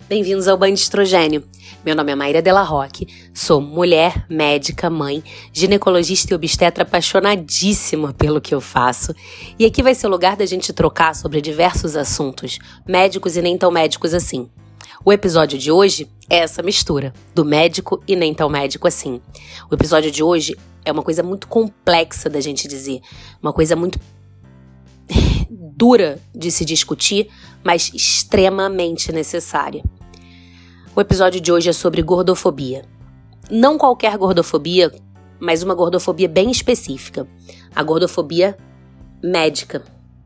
Bem-vindos ao Banho de Estrogênio. Meu nome é Mayra Della Rocque, sou mulher, médica, mãe, ginecologista e obstetra apaixonadíssima pelo que eu faço. E aqui vai ser o lugar da gente trocar sobre diversos assuntos, médicos e nem tão médicos assim. O episódio de hoje é essa mistura, do médico e nem tão médico assim. O episódio de hoje é uma coisa muito complexa da gente dizer, uma coisa muito dura de se discutir, mas extremamente necessária. O episódio de hoje é sobre gordofobia. Não qualquer gordofobia, mas uma gordofobia bem específica. A gordofobia médica.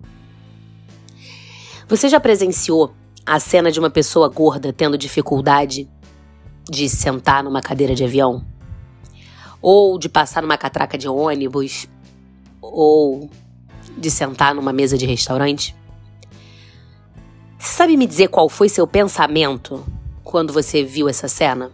Você já presenciou a cena de uma pessoa gorda tendo dificuldade de sentar numa cadeira de avião? Ou de passar numa catraca de ônibus? Ou de sentar numa mesa de restaurante? Você sabe me dizer qual foi seu pensamento quando você viu essa cena?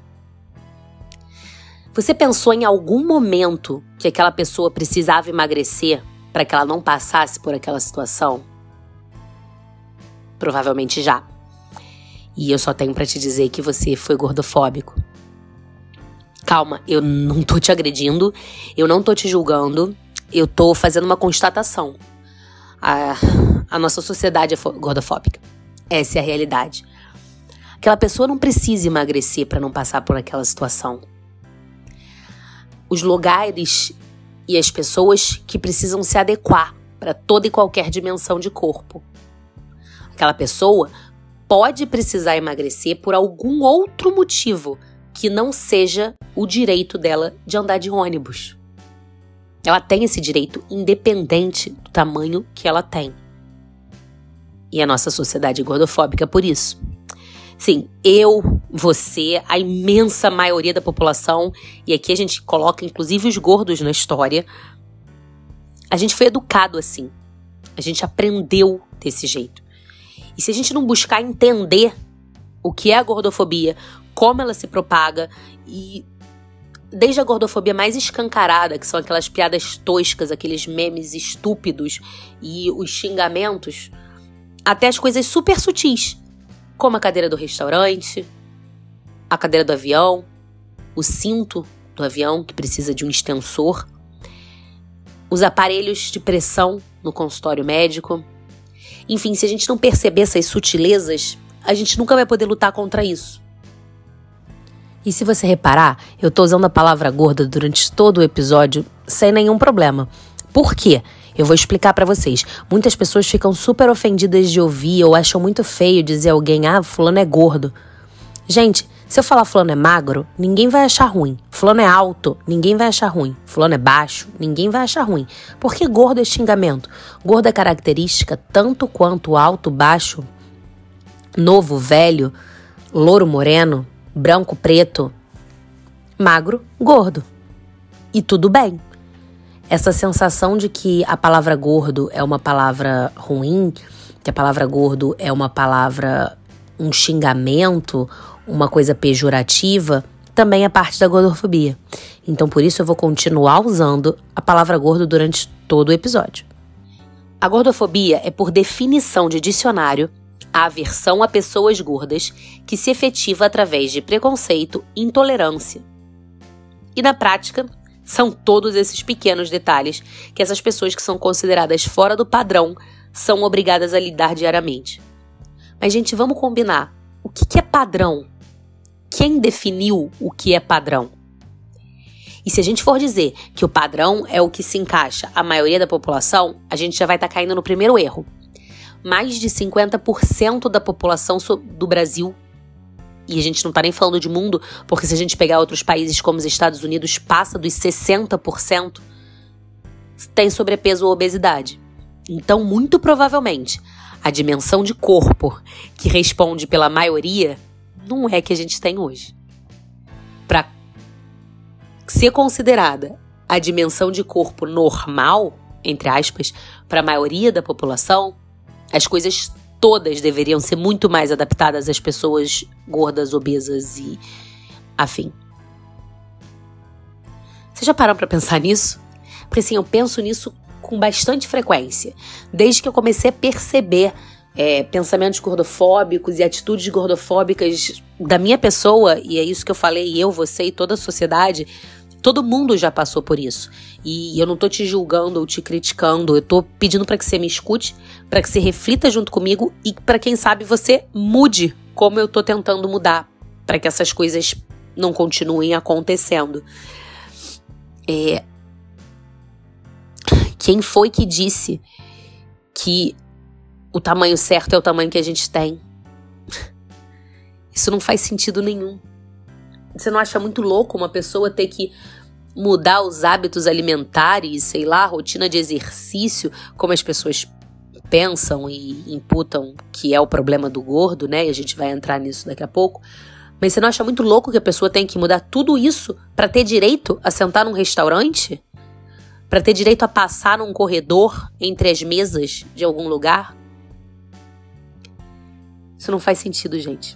Você pensou em algum momento que aquela pessoa precisava emagrecer para que ela não passasse por aquela situação? Provavelmente já. E eu só tenho para te dizer que você foi gordofóbico. Calma, eu não tô te agredindo, eu não tô te julgando, eu tô fazendo uma constatação. A nossa sociedade é gordofóbica. Essa é a realidade. Aquela pessoa não precisa emagrecer para não passar por aquela situação. Os lugares e as pessoas que precisam se adequar para toda e qualquer dimensão de corpo. Aquela pessoa pode precisar emagrecer por algum outro motivo que não seja o direito dela de andar de ônibus. Ela tem esse direito independente do tamanho que ela tem. E a nossa sociedade é gordofóbica por isso. Sim, eu, você, a imensa maioria da população, e aqui a gente coloca inclusive os gordos na história, a gente foi educado assim. A gente aprendeu desse jeito. E se a gente não buscar entender o que é a gordofobia, como ela se propaga, e desde a gordofobia mais escancarada, que são aquelas piadas toscas, aqueles memes estúpidos e os xingamentos, até as coisas super sutis, como a cadeira do restaurante, a cadeira do avião, o cinto do avião, que precisa de um extensor, os aparelhos de pressão no consultório médico. Enfim, se a gente não perceber essas sutilezas, a gente nunca vai poder lutar contra isso. E se você reparar, eu tô usando a palavra gorda durante todo o episódio sem nenhum problema. Por quê? Eu vou explicar pra vocês. Muitas pessoas ficam super ofendidas de ouvir ou acham muito feio dizer a alguém, fulano é gordo. Gente, se eu falar fulano é magro, ninguém vai achar ruim. Fulano é alto, ninguém vai achar ruim. Fulano é baixo, ninguém vai achar ruim. Porque gordo é xingamento. Gordo é característica tanto quanto alto, baixo, novo, velho, louro, moreno, branco, preto, magro, gordo. E tudo bem. Essa sensação de que a palavra gordo é uma palavra ruim, que a palavra gordo é uma palavra, um xingamento, uma coisa pejorativa, também é parte da gordofobia. Então, por isso, eu vou continuar usando a palavra gordo durante todo o episódio. A gordofobia é, por definição de dicionário, a aversão a pessoas gordas que se efetiva através de preconceito e intolerância. E na prática, são todos esses pequenos detalhes que essas pessoas que são consideradas fora do padrão são obrigadas a lidar diariamente. Mas, gente, vamos combinar. O que é padrão? Quem definiu o que é padrão? E se a gente for dizer que o padrão é o que se encaixa à maioria da população, a gente já vai estar caindo no primeiro erro. Mais de 50% da população do Brasil, e a gente não está nem falando de mundo, porque se a gente pegar outros países como os Estados Unidos, passa dos 60%, tem sobrepeso ou obesidade. Então, muito provavelmente, a dimensão de corpo que responde pela maioria não é que a gente tem hoje. Para ser considerada a dimensão de corpo normal, entre aspas, para a maioria da população, as coisas todas deveriam ser muito mais adaptadas às pessoas gordas, obesas e afim. Vocês já pararam para pensar nisso? Porque assim, eu penso nisso com bastante frequência. Desde que eu comecei a perceber pensamentos gordofóbicos e atitudes gordofóbicas da minha pessoa, e é isso que eu falei, eu, você e toda a sociedade, todo mundo já passou por isso. E eu não tô te julgando ou te criticando, eu tô pedindo para que você me escute, para que você reflita junto comigo e para quem sabe você mude como eu tô tentando mudar, para que essas coisas não continuem acontecendo. Quem foi que disse que o tamanho certo é o tamanho que a gente tem? Isso não faz sentido nenhum. Você não acha muito louco uma pessoa ter que mudar os hábitos alimentares, sei lá, rotina de exercício, como as pessoas pensam e imputam que é o problema do gordo, né? E a gente vai entrar nisso daqui a pouco. Mas você não acha muito louco que a pessoa tem que mudar tudo isso para ter direito a sentar num restaurante? Para ter direito a passar num corredor entre as mesas de algum lugar? Isso não faz sentido, gente.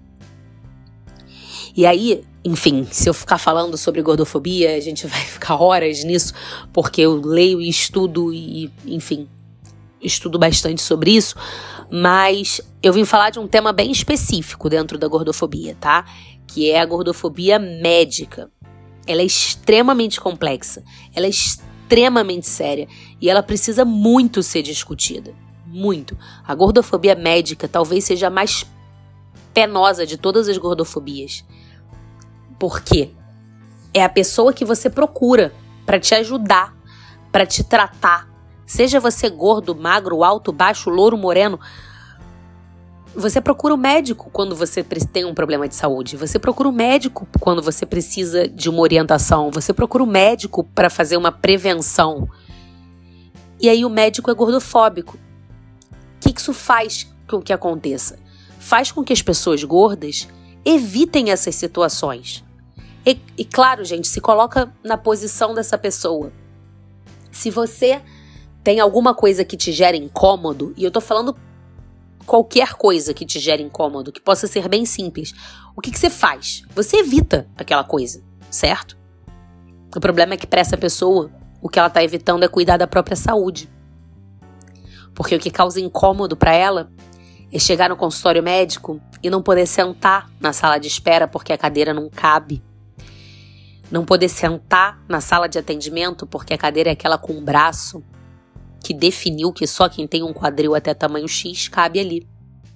E aí, enfim, se eu ficar falando sobre gordofobia, a gente vai ficar horas nisso, porque eu leio e estudo e, enfim, estudo bastante sobre isso, mas eu vim falar de um tema bem específico dentro da gordofobia, tá? Que é a gordofobia médica. Ela é extremamente complexa, ela é extremamente séria e ela precisa muito ser discutida. Muito. A gordofobia médica talvez seja a mais penosa de todas as gordofobias. Por quê? É a pessoa que você procura para te ajudar, para te tratar. Seja você gordo, magro, alto, baixo, louro, moreno. Você procura o médico quando você tem um problema de saúde. Você procura o médico quando você precisa de uma orientação. Você procura o médico para fazer uma prevenção. E aí o médico é gordofóbico. O que isso faz com que aconteça? Faz com que as pessoas gordas evitem essas situações. E claro, gente, se coloca na posição dessa pessoa. Se você tem alguma coisa que te gera incômodo, e eu tô falando qualquer coisa que te gera incômodo, que possa ser bem simples, o que você faz? Você evita aquela coisa, certo? O problema é que para essa pessoa, o que ela tá evitando é cuidar da própria saúde. Porque o que causa incômodo para ela é chegar no consultório médico e não poder sentar na sala de espera porque a cadeira não cabe. Não poder sentar na sala de atendimento porque a cadeira é aquela com braço que definiu que só quem tem um quadril até tamanho X cabe ali.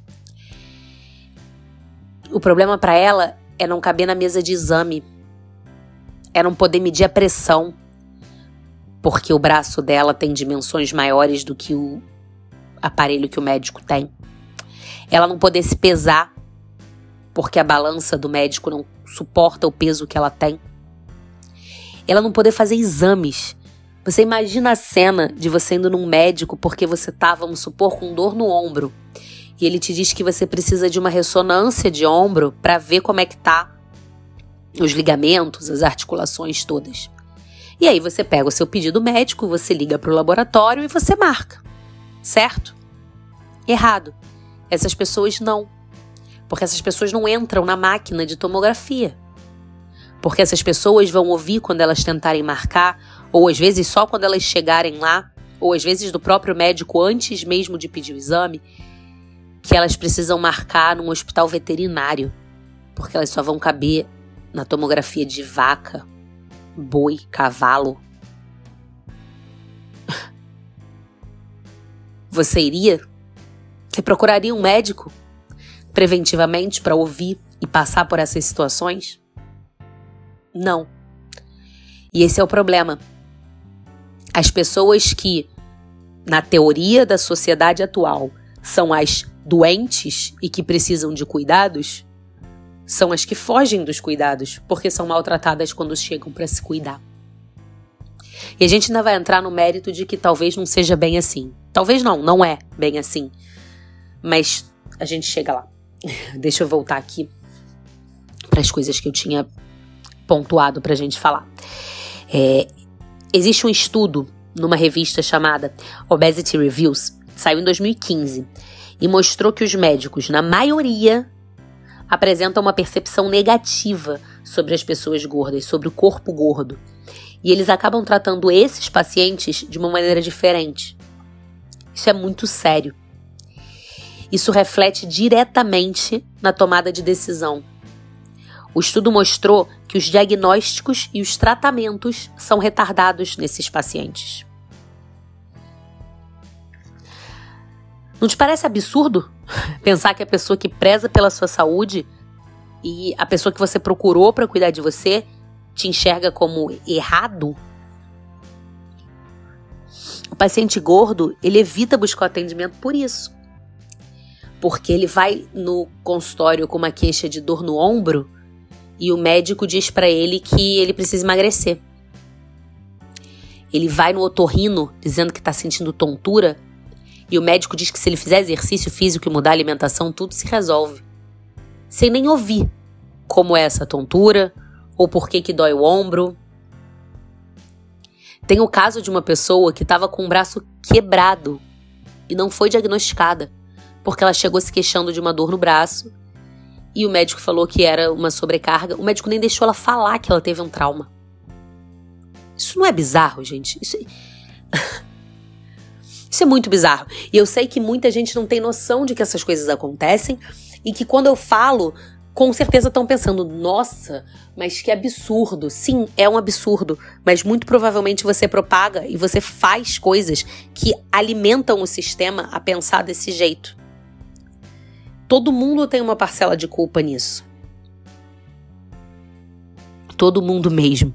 O problema para ela é não caber na mesa de exame. É não poder medir a pressão porque o braço dela tem dimensões maiores do que o aparelho que o médico tem. Ela não poder se pesar porque a balança do médico não suporta o peso que ela tem. Ela não poder fazer exames. Você imagina a cena de você indo num médico porque você tá, vamos supor, com dor no ombro. E ele te diz que você precisa de uma ressonância de ombro para ver como é que tá os ligamentos, as articulações todas. E aí você pega o seu pedido médico, você liga pro laboratório e você marca. Certo? Errado. Essas pessoas não. Porque essas pessoas não entram na máquina de tomografia. Porque essas pessoas vão ouvir quando elas tentarem marcar, ou às vezes só quando elas chegarem lá, ou às vezes do próprio médico antes mesmo de pedir o exame, que elas precisam marcar num hospital veterinário. Porque elas só vão caber na tomografia de vaca, boi, cavalo. Você procuraria um médico preventivamente para ouvir e passar por essas situações? Não. E esse é o problema. As pessoas que, na teoria da sociedade atual, são as doentes e que precisam de cuidados, são as que fogem dos cuidados, porque são maltratadas quando chegam para se cuidar. E a gente ainda vai entrar no mérito de que talvez não seja bem assim. Talvez não é bem assim. Mas a gente chega lá. Deixa eu voltar aqui para as coisas que eu tinha pontuado pra gente falar. Existe um estudo numa revista chamada Obesity Reviews, saiu em 2015, e mostrou que os médicos, na maioria, apresentam uma percepção negativa sobre as pessoas gordas, sobre o corpo gordo. E eles acabam tratando esses pacientes de uma maneira diferente. Isso é muito sério. isso reflete diretamente na tomada de decisão. O estudo mostrou que os diagnósticos e os tratamentos são retardados nesses pacientes. Não te parece absurdo pensar que a pessoa que preza pela sua saúde e a pessoa que você procurou para cuidar de você te enxerga como errado? O paciente gordo, ele evita buscar atendimento por isso. Porque ele vai no consultório com uma queixa de dor no ombro e o médico diz para ele que ele precisa emagrecer. Ele vai no otorrino dizendo que está sentindo tontura e o médico diz que se ele fizer exercício físico e mudar a alimentação, tudo se resolve. Sem nem ouvir como é essa tontura ou por que dói o ombro. Tem o caso de uma pessoa que estava com o braço quebrado e não foi diagnosticada porque ela chegou se queixando de uma dor no braço e o médico falou que era uma sobrecarga. O médico nem deixou ela falar que ela teve um trauma. Isso não é bizarro, gente? Isso é muito bizarro. E eu sei que muita gente não tem noção de que essas coisas acontecem e que quando eu falo, com certeza estão pensando, nossa, mas que absurdo. Sim, é um absurdo, mas muito provavelmente você propaga e você faz coisas que alimentam o sistema a pensar desse jeito. Todo mundo tem uma parcela de culpa nisso. Todo mundo mesmo.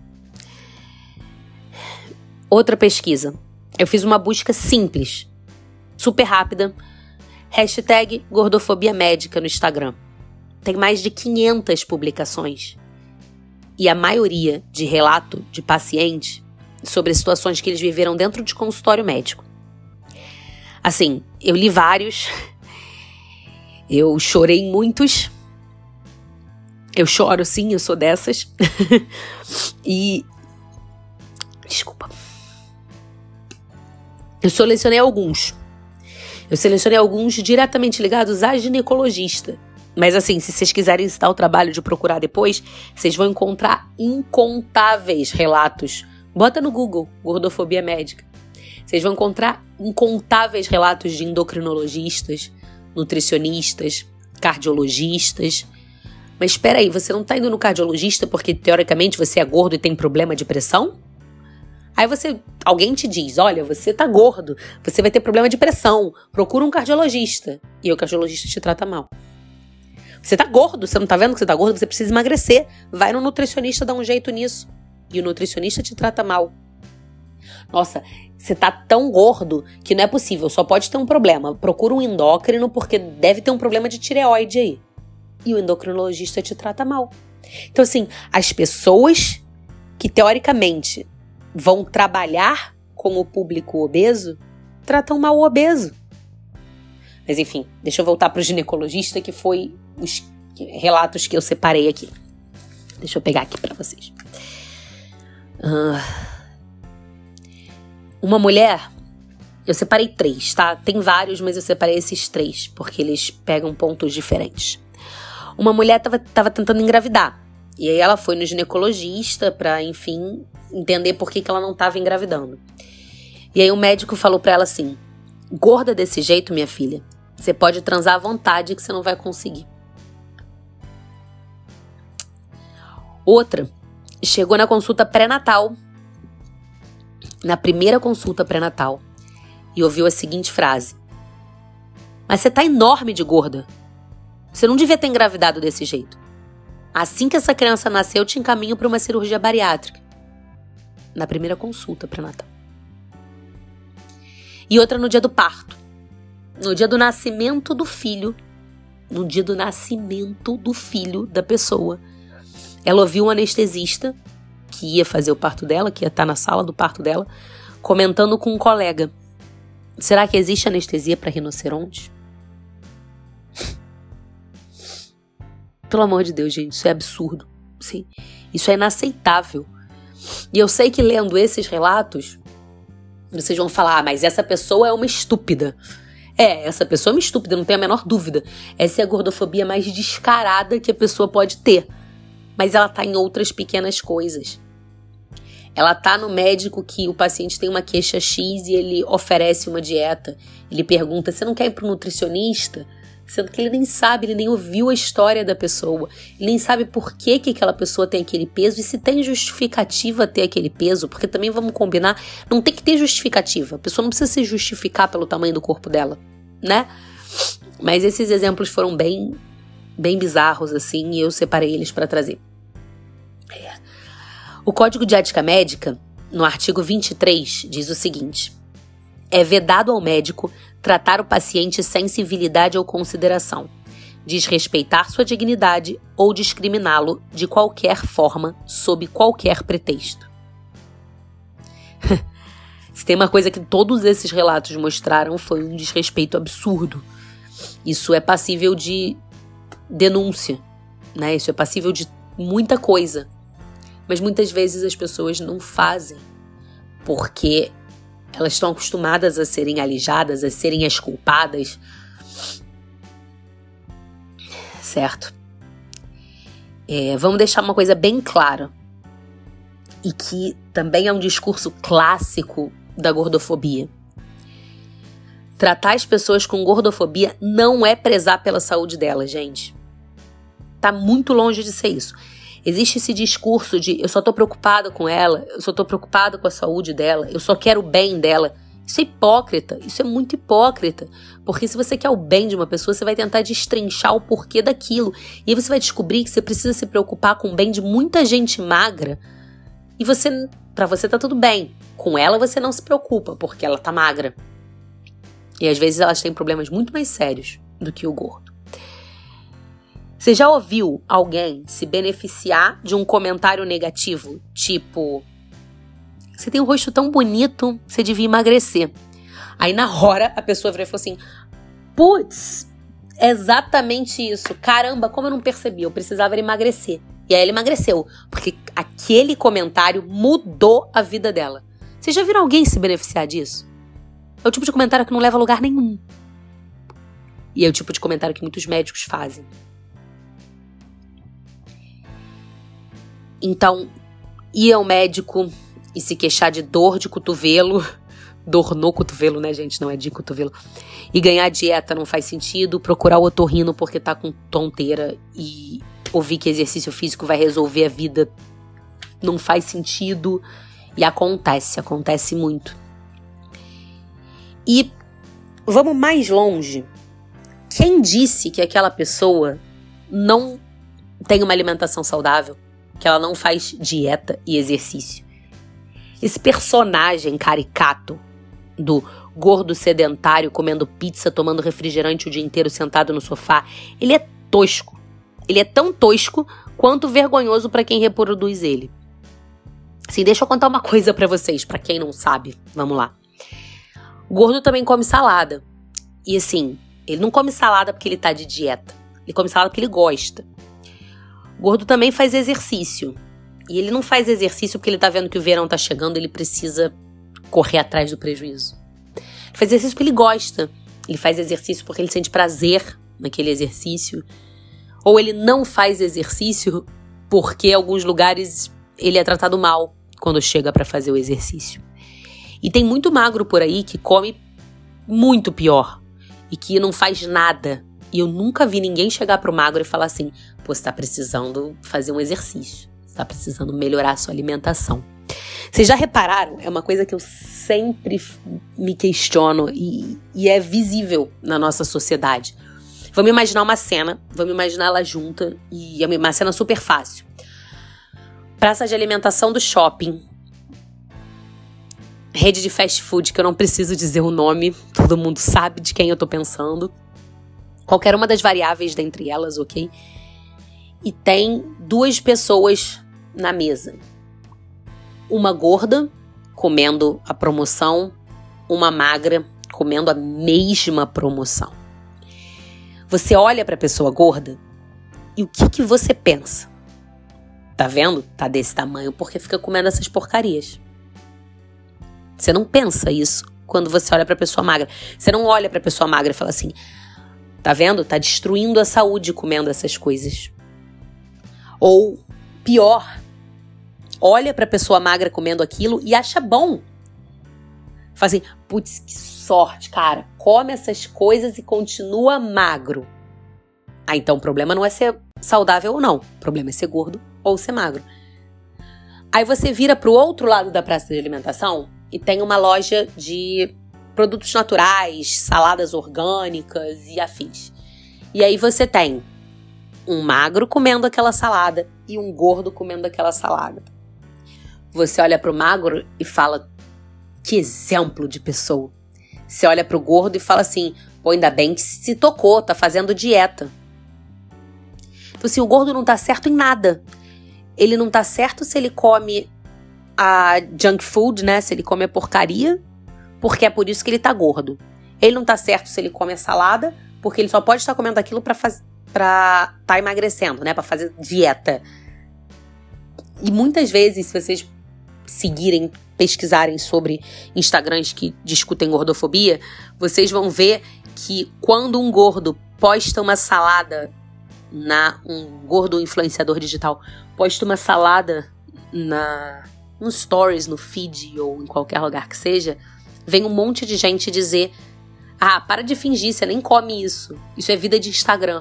Outra pesquisa. Eu fiz uma busca simples, super rápida, #gordofobia-médica no Instagram. Tem mais de 500 publicações. E a maioria de relato de pacientes sobre situações que eles viveram dentro de consultório médico. Assim, eu li vários, eu chorei em muitos, eu choro sim, eu sou dessas, e... Desculpa. Eu selecionei alguns. Eu selecionei alguns diretamente ligados a ginecologista. Mas assim, se vocês quiserem citar o trabalho de procurar depois, vocês vão encontrar incontáveis relatos. Bota no Google, gordofobia médica. Vocês vão encontrar incontáveis relatos de endocrinologistas, nutricionistas, cardiologistas. Mas espera aí, você não está indo no cardiologista porque teoricamente você é gordo e tem problema de pressão? Aí alguém te diz, olha, você tá gordo, você vai ter problema de pressão, procura um cardiologista. E o cardiologista te trata mal. Você tá gordo, você não tá vendo que você tá gordo, você precisa emagrecer. Vai no nutricionista dar um jeito nisso. E o nutricionista te trata mal. Nossa, você tá tão gordo que não é possível, só pode ter um problema. Procura um endócrino porque deve ter um problema de tireoide aí. E o endocrinologista te trata mal. Então assim, as pessoas que teoricamente vão trabalhar com o público obeso, tratam mal o obeso. Mas enfim, deixa eu voltar para o ginecologista, que foi os relatos que eu separei aqui. Deixa eu pegar aqui para vocês. Uma mulher, eu separei 3, tá? Tem vários, mas eu separei esses 3, porque eles pegam pontos diferentes. Uma mulher tava tentando engravidar. E aí ela foi no ginecologista pra, enfim, entender por que ela não estava engravidando. E aí o médico falou pra ela assim, gorda desse jeito, minha filha, você pode transar à vontade que você não vai conseguir. Outra, chegou na consulta pré-natal, na primeira consulta pré-natal, e ouviu a seguinte frase, mas você tá enorme de gorda, você não devia ter engravidado desse jeito. Assim que essa criança nascer, eu te encaminho para uma cirurgia bariátrica. Na primeira consulta pré-natal. E outra no dia do parto. No dia do nascimento do filho. No dia do nascimento do filho da pessoa. Ela ouviu um anestesista que ia fazer o parto dela, que ia estar na sala do parto dela, comentando com um colega. Será que existe anestesia para rinoceronte? Pelo amor de Deus, gente, isso é absurdo. Sim, isso é inaceitável. E eu sei que lendo esses relatos, vocês vão falar, mas essa pessoa é uma estúpida. Essa pessoa é uma estúpida, não tenho a menor dúvida. Essa é a gordofobia mais descarada que a pessoa pode ter. Mas ela tá em outras pequenas coisas. Ela tá no médico que o paciente tem uma queixa X e ele oferece uma dieta. Ele pergunta, você não quer ir pro nutricionista? sendo que ele nem sabe, ele nem ouviu a história da pessoa, ele nem sabe por que aquela pessoa tem aquele peso e se tem justificativa ter aquele peso, porque também vamos combinar, não tem que ter justificativa, a pessoa não precisa se justificar pelo tamanho do corpo dela, né? Mas esses exemplos foram bem bizarros, assim, e eu separei eles para trazer. O Código de Ética Médica, no artigo 23, diz o seguinte: é vedado ao médico tratar o paciente sem civilidade ou consideração, desrespeitar sua dignidade ou discriminá-lo de qualquer forma, sob qualquer pretexto. Se tem uma coisa que todos esses relatos mostraram, foi um desrespeito absurdo. Isso é passível de denúncia, né? Isso é passível de muita coisa. Mas muitas vezes as pessoas não fazem, porque elas estão acostumadas a serem alijadas, a serem as culpadas. Certo? Vamos deixar uma coisa bem clara, e que também é um discurso clássico da gordofobia. Tratar as pessoas com gordofobia não é prezar pela saúde delas, gente. Tá muito longe de ser isso. Existe esse discurso de eu só tô preocupada com ela, eu só tô preocupada com a saúde dela, eu só quero o bem dela. Isso é hipócrita, isso é muito hipócrita. Porque se você quer o bem de uma pessoa, você vai tentar destrinchar o porquê daquilo. E aí você vai descobrir que você precisa se preocupar com o bem de muita gente magra. E pra você tá tudo bem. Com ela você não se preocupa, porque ela tá magra. E às vezes elas têm problemas muito mais sérios do que o gordo. Você já ouviu alguém se beneficiar de um comentário negativo? Tipo, você tem um rosto tão bonito, você devia emagrecer. Aí na hora a pessoa virou e falou assim: putz, é exatamente isso. Caramba, como eu não percebi, eu precisava emagrecer. E aí ela emagreceu, porque aquele comentário mudou a vida dela. Você já viram alguém se beneficiar disso? É o tipo de comentário que não leva a lugar nenhum. E é o tipo de comentário que muitos médicos fazem. Então, ir ao médico e se queixar de dor de cotovelo, dor no cotovelo, né, gente? Não é de cotovelo. E ganhar dieta não faz sentido. Procurar o otorrino porque tá com tonteira e ouvir que exercício físico vai resolver a vida não faz sentido. E acontece muito. E vamos mais longe. Quem disse que aquela pessoa não tem uma alimentação saudável? Que ela não faz dieta e exercício? Esse personagem caricato do gordo sedentário comendo pizza, tomando refrigerante o dia inteiro sentado no sofá, ele é tosco. Ele é tão tosco quanto vergonhoso pra quem reproduz ele. Assim, deixa eu contar uma coisa pra vocês, pra quem não sabe. Vamos lá. O gordo também come salada. E assim, ele não come salada porque ele tá de dieta. Ele come salada porque ele gosta. O gordo também faz exercício. E ele não faz exercício porque ele tá vendo que o verão tá chegando, ele precisa correr atrás do prejuízo. Ele faz exercício porque ele gosta. Ele faz exercício porque ele sente prazer naquele exercício. Ou ele não faz exercício porque em alguns lugares ele é tratado mal quando chega pra fazer o exercício. E tem muito magro por aí que come muito pior e que não faz nada. E eu nunca vi ninguém chegar pro magro e falar assim: pô, você tá precisando fazer um exercício, você tá precisando melhorar a sua alimentação. Vocês já repararam? É uma coisa que eu sempre me questiono e é visível na nossa sociedade. Vamos imaginar uma cena, vamos imaginar ela junta, e é uma cena super fácil. Praça de alimentação do shopping. Rede de fast food, que eu não preciso dizer o nome, todo mundo sabe de quem eu tô pensando. Qualquer uma das variáveis dentre elas, ok? E tem duas pessoas na mesa. Uma gorda, comendo a promoção, uma magra, comendo a mesma promoção. Você olha pra pessoa gorda e o que você pensa? Tá vendo? Tá desse tamanho porque fica comendo essas porcarias. Você não pensa isso quando você olha pra pessoa magra. Você não olha pra pessoa magra e fala assim: tá vendo? Tá destruindo a saúde comendo essas coisas. Ou, pior, olha pra pessoa magra comendo aquilo e acha bom. Fala assim: putz, que sorte, cara. Come essas coisas e continua magro. Ah, então o problema não é ser saudável ou não. O problema é ser gordo ou ser magro. Aí você vira pro outro lado da praça de alimentação e tem uma loja de produtos naturais, saladas orgânicas e afins. E aí você tem um magro comendo aquela salada e um gordo comendo aquela salada. Você olha pro magro e fala, que exemplo de pessoa. Você olha pro gordo e fala assim, pô, ainda bem que se tocou, tá fazendo dieta. Então assim, o gordo não tá certo em nada. Ele não tá certo se ele come a junk food, né? Se ele come a porcaria, porque é por isso que ele tá gordo. Ele não tá certo se ele come a salada, porque ele só pode estar comendo aquilo pra tá emagrecendo, né? Pra fazer dieta. E muitas vezes, se vocês seguirem, pesquisarem sobre Instagrams que discutem gordofobia, vocês vão ver que quando um gordo posta uma salada, um gordo influenciador digital posta uma salada no stories, no feed ou em qualquer lugar que seja, vem um monte de gente dizer, ah, para de fingir, você nem come isso. Isso é vida de Instagram.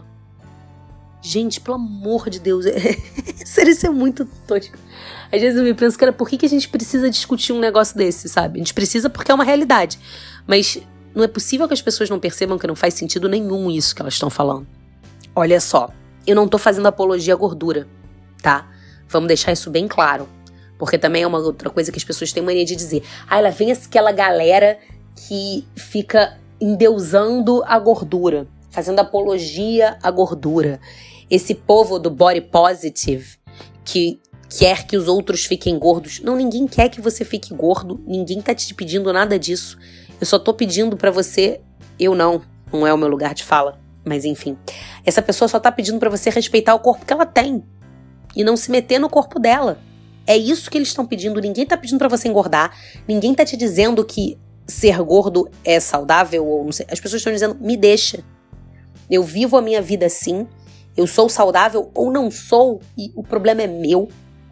Gente, pelo amor de Deus, isso é muito tosco. Às vezes eu me penso, cara, por que a gente precisa discutir um negócio desse, sabe? A gente precisa porque é uma realidade. Mas não é possível que as pessoas não percebam que não faz sentido nenhum isso que elas estão falando. Olha só, eu não tô fazendo apologia à gordura, tá? Vamos deixar isso bem claro. Porque também é uma outra coisa que as pessoas têm mania de dizer. Ah, ela vem aquela galera que fica endeusando a gordura, fazendo apologia à gordura. Esse povo do body positive que quer que os outros fiquem gordos. Não, ninguém quer que você fique gordo. Ninguém tá te pedindo nada disso. Eu só tô pedindo pra você... Não é o meu lugar de fala. Mas enfim. Essa pessoa só tá pedindo pra você respeitar o corpo que ela tem. E não se meter no corpo dela. É isso que eles estão pedindo. Ninguém tá pedindo pra você engordar. Ninguém tá te dizendo que ser gordo é saudável ou não sei. As pessoas estão dizendo, me deixa. Eu vivo a minha vida assim. Eu sou saudável ou não sou. E o problema é meu.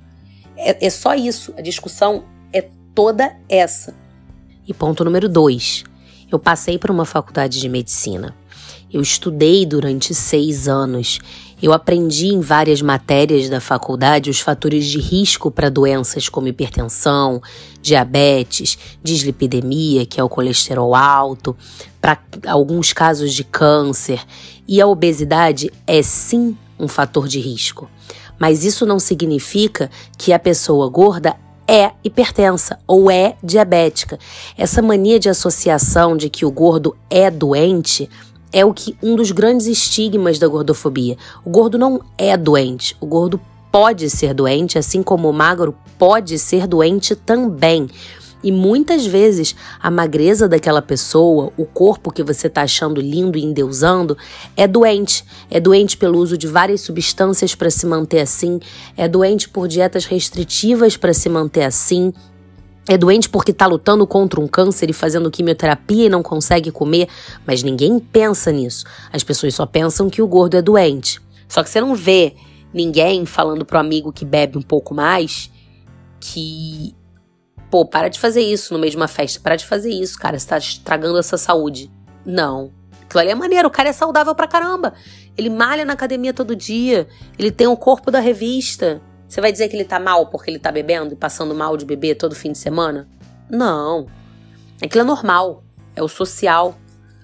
É só isso. A discussão é toda essa. E ponto número 2. Eu passei por uma faculdade de medicina. Eu estudei durante 6 anos. Eu aprendi em várias matérias da faculdade os fatores de risco para doenças como hipertensão, diabetes, dislipidemia, que é o colesterol alto, para alguns casos de câncer. E a obesidade é sim um fator de risco. Mas isso não significa que a pessoa gorda é hipertensa ou é diabética. Essa mania de associação de que o gordo é doente é um dos grandes estigmas da gordofobia. O gordo não é doente, o gordo pode ser doente, assim como o magro pode ser doente também. E muitas vezes a magreza daquela pessoa, o corpo que você está achando lindo e endeusando, é doente. É doente pelo uso de várias substâncias para se manter assim, é doente por dietas restritivas para se manter assim, é doente porque está lutando contra um câncer e fazendo quimioterapia e não consegue comer, mas ninguém pensa nisso. As pessoas só pensam que o gordo é doente. Só que você não vê ninguém falando pro amigo que bebe um pouco mais que... Pô, para de fazer isso no meio de uma festa. Para de fazer isso, cara. Você tá estragando essa saúde. Não. Aquilo ali é maneiro. O cara é saudável pra caramba. Ele malha na academia todo dia. Ele tem o corpo da revista. Você vai dizer que ele tá mal porque ele tá bebendo e passando mal de beber todo fim de semana? Não. Aquilo é normal. É o social.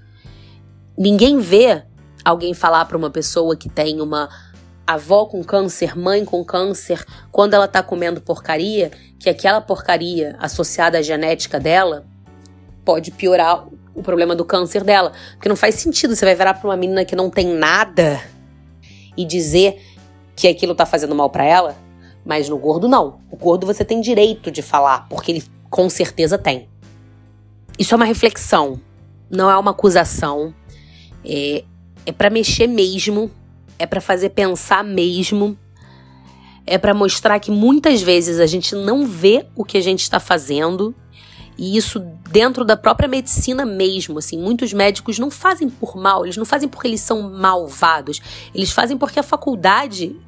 Ninguém vê alguém falar pra uma pessoa que tem uma avó com câncer, mãe com câncer, quando ela tá comendo porcaria, que aquela porcaria associada à genética dela pode piorar o problema do câncer dela. Porque não faz sentido você vai virar pra uma menina que não tem nada e dizer que aquilo tá fazendo mal pra ela, mas no gordo não. O gordo você tem direito de falar, porque ele com certeza tem. Isso é uma reflexão, não é uma acusação. É pra mexer mesmo. É pra fazer pensar mesmo, é pra mostrar que muitas vezes a gente não vê o que a gente está fazendo, e isso dentro da própria medicina mesmo, assim, muitos médicos não fazem por mal, eles não fazem porque eles são malvados, eles fazem porque a faculdade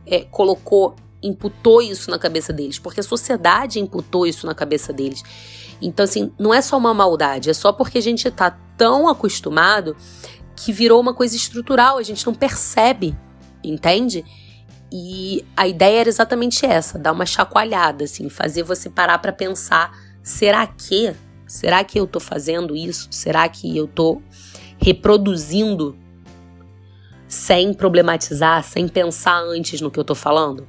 imputou isso na cabeça deles, porque a sociedade imputou isso na cabeça deles. Então, assim, não é só uma maldade, é só porque a gente tá tão acostumado que virou uma coisa estrutural, a gente não percebe. entende? E a ideia era exatamente essa, dar uma chacoalhada, assim, fazer você parar pra pensar, será que eu tô fazendo isso? Será que eu tô reproduzindo sem problematizar, sem pensar antes no que eu tô falando?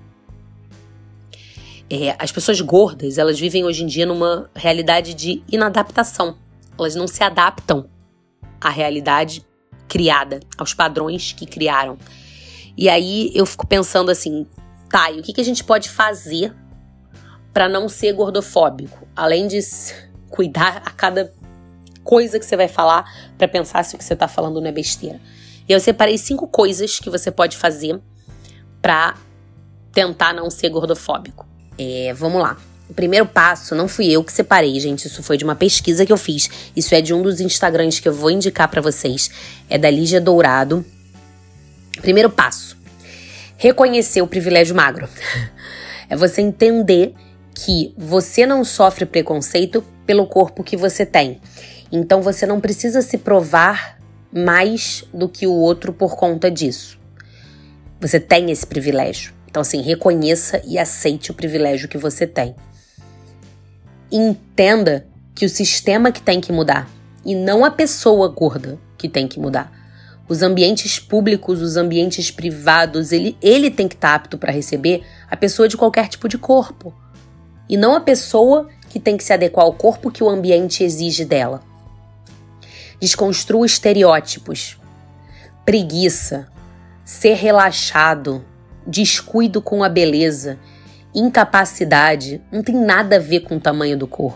As pessoas gordas, elas vivem hoje em dia numa realidade de inadaptação. Elas não se adaptam à realidade criada, aos padrões que criaram. E aí eu fico pensando assim, tá, e o que a gente pode fazer pra não ser gordofóbico? Além de cuidar a cada coisa que você vai falar pra pensar se o que você tá falando não é besteira. E eu separei 5 coisas que você pode fazer pra tentar não ser gordofóbico. Vamos lá. O primeiro passo, não fui eu que separei, gente. Isso foi de uma pesquisa que eu fiz. Isso é de um dos Instagrams que eu vou indicar pra vocês. É da Lígia Dourado. Primeiro passo, reconhecer o privilégio magro. É você entender que você não sofre preconceito pelo corpo que você tem. Então você não precisa se provar mais do que o outro por conta disso. Você tem esse privilégio. Então assim, reconheça e aceite o privilégio que você tem. Entenda que o sistema que tem que mudar e não a pessoa gorda que tem que mudar. Os ambientes públicos, os ambientes privados, ele tem que estar apto para receber a pessoa de qualquer tipo de corpo. E não a pessoa que tem que se adequar ao corpo que o ambiente exige dela. Desconstrua estereótipos. Preguiça. Ser relaxado. Descuido com a beleza. Incapacidade. Não tem nada a ver com o tamanho do corpo.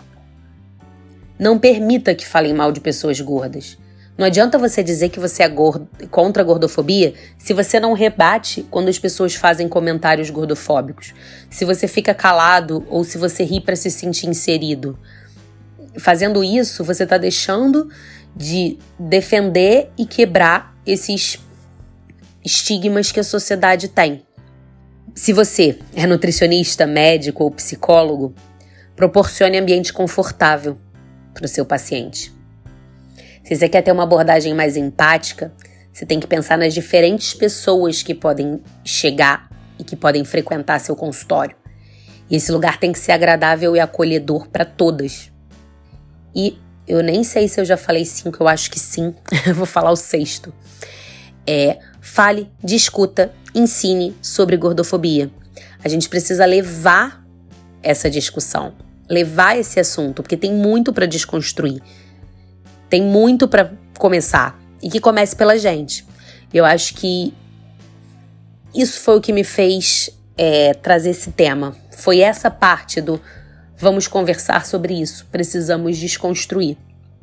Não permita que falem mal de pessoas gordas. Não adianta você dizer que você é contra a gordofobia se você não rebate quando as pessoas fazem comentários gordofóbicos. Se você fica calado ou se você ri para se sentir inserido. Fazendo isso, você está deixando de defender e quebrar esses estigmas que a sociedade tem. Se você é nutricionista, médico ou psicólogo, proporcione ambiente confortável para o seu paciente. Se você quer ter uma abordagem mais empática, você tem que pensar nas diferentes pessoas que podem chegar e que podem frequentar seu consultório. E esse lugar tem que ser agradável e acolhedor para todas. E eu nem sei se eu já falei 5, eu acho que sim. Eu vou falar o 6º. Fale, discuta, ensine sobre gordofobia. A gente precisa levar essa discussão, levar esse assunto, porque tem muito para desconstruir. Tem muito para começar. E que comece pela gente. Eu acho que isso foi o que me fez trazer esse tema. Foi essa parte do vamos conversar sobre isso. Precisamos desconstruir.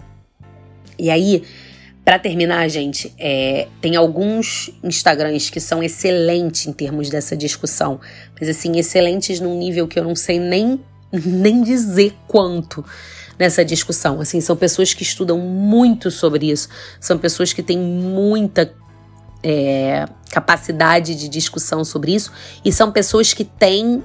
E aí, para terminar, gente, tem alguns Instagrams que são excelentes em termos dessa discussão. Mas assim, excelentes num nível que eu não sei nem dizer quanto. Nessa discussão, assim, são pessoas que estudam muito sobre isso, são pessoas que têm muita capacidade de discussão sobre isso e são pessoas que têm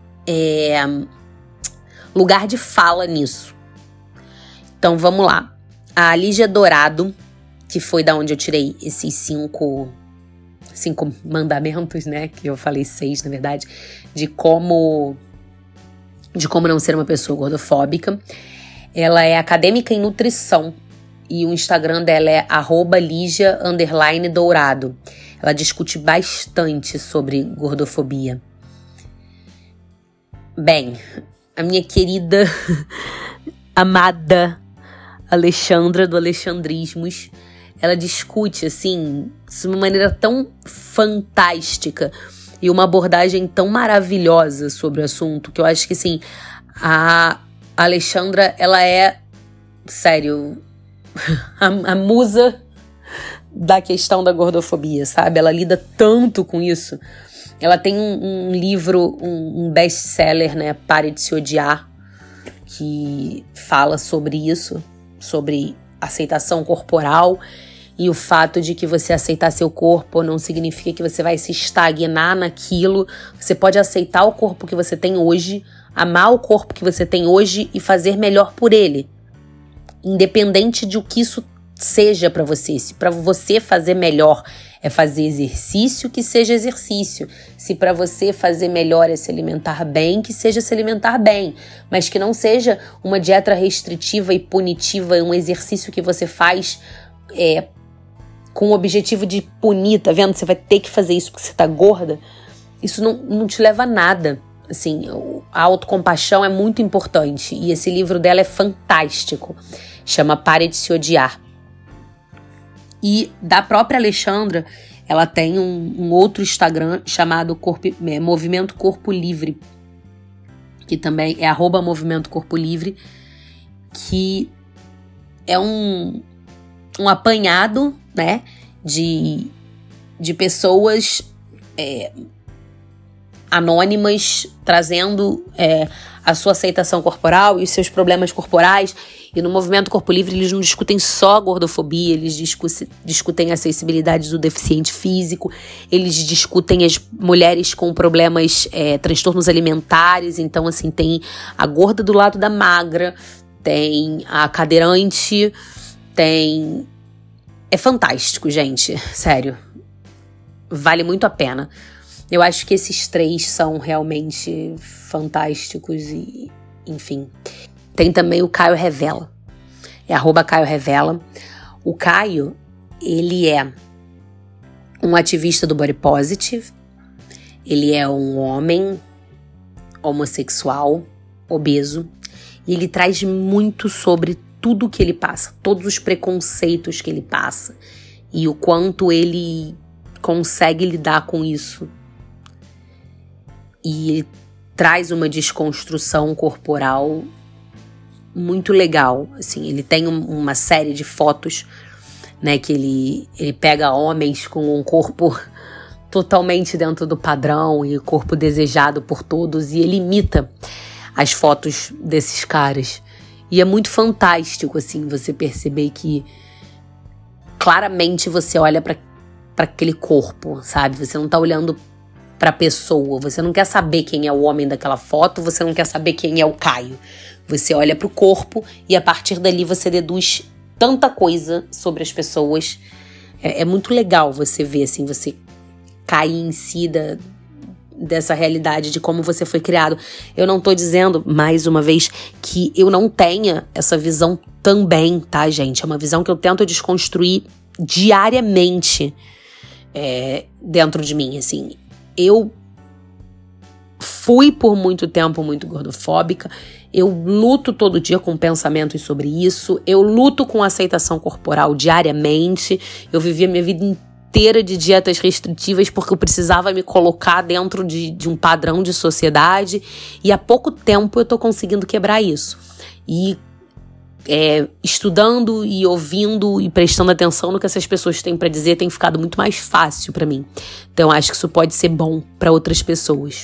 lugar de fala nisso. Então vamos lá, a Lígia Dourado, que foi da onde eu tirei esses 5 mandamentos, né, que eu falei 6 na verdade, de como não ser uma pessoa gordofóbica. Ela é acadêmica em nutrição e o Instagram dela é @Ligia_Dourado. Ela discute bastante sobre gordofobia. Bem, a minha querida, amada Alexandra, do Alexandrismos, ela discute, assim, de uma maneira tão fantástica e uma abordagem tão maravilhosa sobre o assunto, que eu acho que, assim, a Alexandra, ela é, sério, a musa da questão da gordofobia, sabe? Ela lida tanto com isso. Ela tem um livro, um best-seller, né? Pare de Se Odiar, que fala sobre isso, sobre aceitação corporal e o fato de que você aceitar seu corpo não significa que você vai se estagnar naquilo. Você pode aceitar o corpo que você tem hoje, amar o corpo que você tem hoje e fazer melhor por ele. Independente de o que isso seja pra você. Se pra você fazer melhor É fazer exercício, que seja exercício. Se para você fazer melhor é se alimentar bem, que seja se alimentar bem. Mas que não seja uma dieta restritiva e punitiva, um exercício que você faz com o objetivo de punir, tá vendo? Você vai ter que fazer isso porque você tá gorda. Isso não te leva a nada. Assim, a autocompaixão é muito importante. E esse livro dela é fantástico. Chama Pare de Se Odiar. E da própria Alexandra, ela tem um outro Instagram chamado Movimento Corpo Livre, que também é @Movimento Corpo Livre, que é um apanhado, né, de pessoas anônimas trazendo a sua aceitação corporal e os seus problemas corporais. E no Movimento Corpo Livre eles não discutem só a gordofobia, eles discutem a acessibilidade do deficiente físico, eles discutem as mulheres com problemas, transtornos alimentares. Então, assim, tem a gorda do lado da magra, tem a cadeirante, tem... É fantástico, gente, sério. Vale muito a pena. Eu acho que esses 3 são realmente fantásticos e, enfim. Tem também o Caio Revela. É @Caio Revela. O Caio, ele é um ativista do body positive. Ele é um homem homossexual, obeso. E ele traz muito sobre tudo que ele passa, todos os preconceitos que ele passa. E o quanto ele consegue lidar com isso. E ele traz uma desconstrução corporal muito legal. Assim, ele tem uma série de fotos, né, que ele pega homens com um corpo totalmente dentro do padrão e corpo desejado por todos, e ele imita as fotos desses caras. E é muito fantástico, assim, você perceber que claramente você olha para aquele corpo, sabe? Você não tá olhando pra pessoa, você não quer saber quem é o homem daquela foto, você não quer saber quem é o Caio. Você olha pro corpo e a partir dali você deduz tanta coisa sobre as pessoas. É muito legal você ver, assim, você cair em si dessa realidade de como você foi criado. Eu não tô dizendo, mais uma vez, que eu não tenha essa visão também, tá, gente? É uma visão que eu tento desconstruir diariamente dentro de mim, assim. Eu fui por muito tempo muito gordofóbica, eu luto todo dia com pensamentos sobre isso, eu luto com aceitação corporal diariamente, eu vivi a minha vida inteira de dietas restritivas porque eu precisava me colocar dentro de um padrão de sociedade, e há pouco tempo eu tô conseguindo quebrar isso. E estudando e ouvindo e prestando atenção no que essas pessoas têm pra dizer, tem ficado muito mais fácil pra mim. Então acho que isso pode ser bom pra outras pessoas.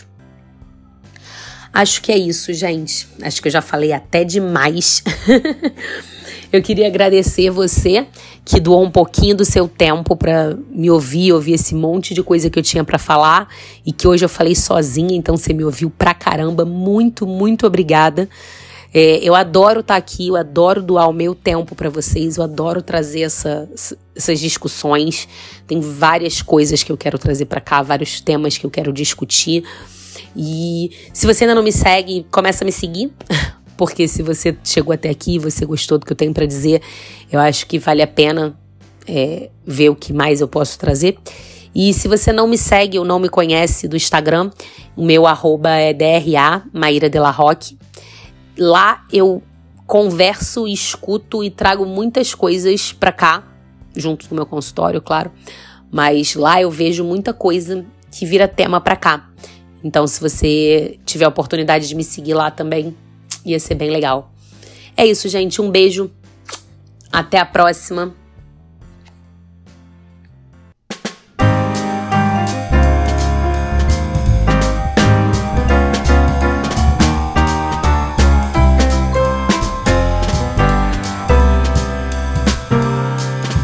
Acho que é isso, gente. Acho que eu já falei até demais. Eu queria agradecer você que doou um pouquinho do seu tempo pra me ouvir esse monte de coisa que eu tinha pra falar e que hoje eu falei sozinha, então você me ouviu pra caramba. Muito, muito obrigada. Eu adoro estar aqui, eu adoro doar o meu tempo para vocês, eu adoro trazer essas discussões. Tem várias coisas que eu quero trazer para cá, vários temas que eu quero discutir. E se você ainda não me segue, começa a me seguir, porque se você chegou até aqui e você gostou do que eu tenho para dizer, eu acho que vale a pena ver o que mais eu posso trazer. E se você não me segue ou não me conhece do Instagram, o meu @ é DRA Maíra de la Roque. Lá eu converso, escuto e trago muitas coisas pra cá, junto com o meu consultório, claro. Mas lá eu vejo muita coisa que vira tema pra cá. Então, se você tiver a oportunidade de me seguir lá também, ia ser bem legal. É isso, gente. Um beijo. Até a próxima.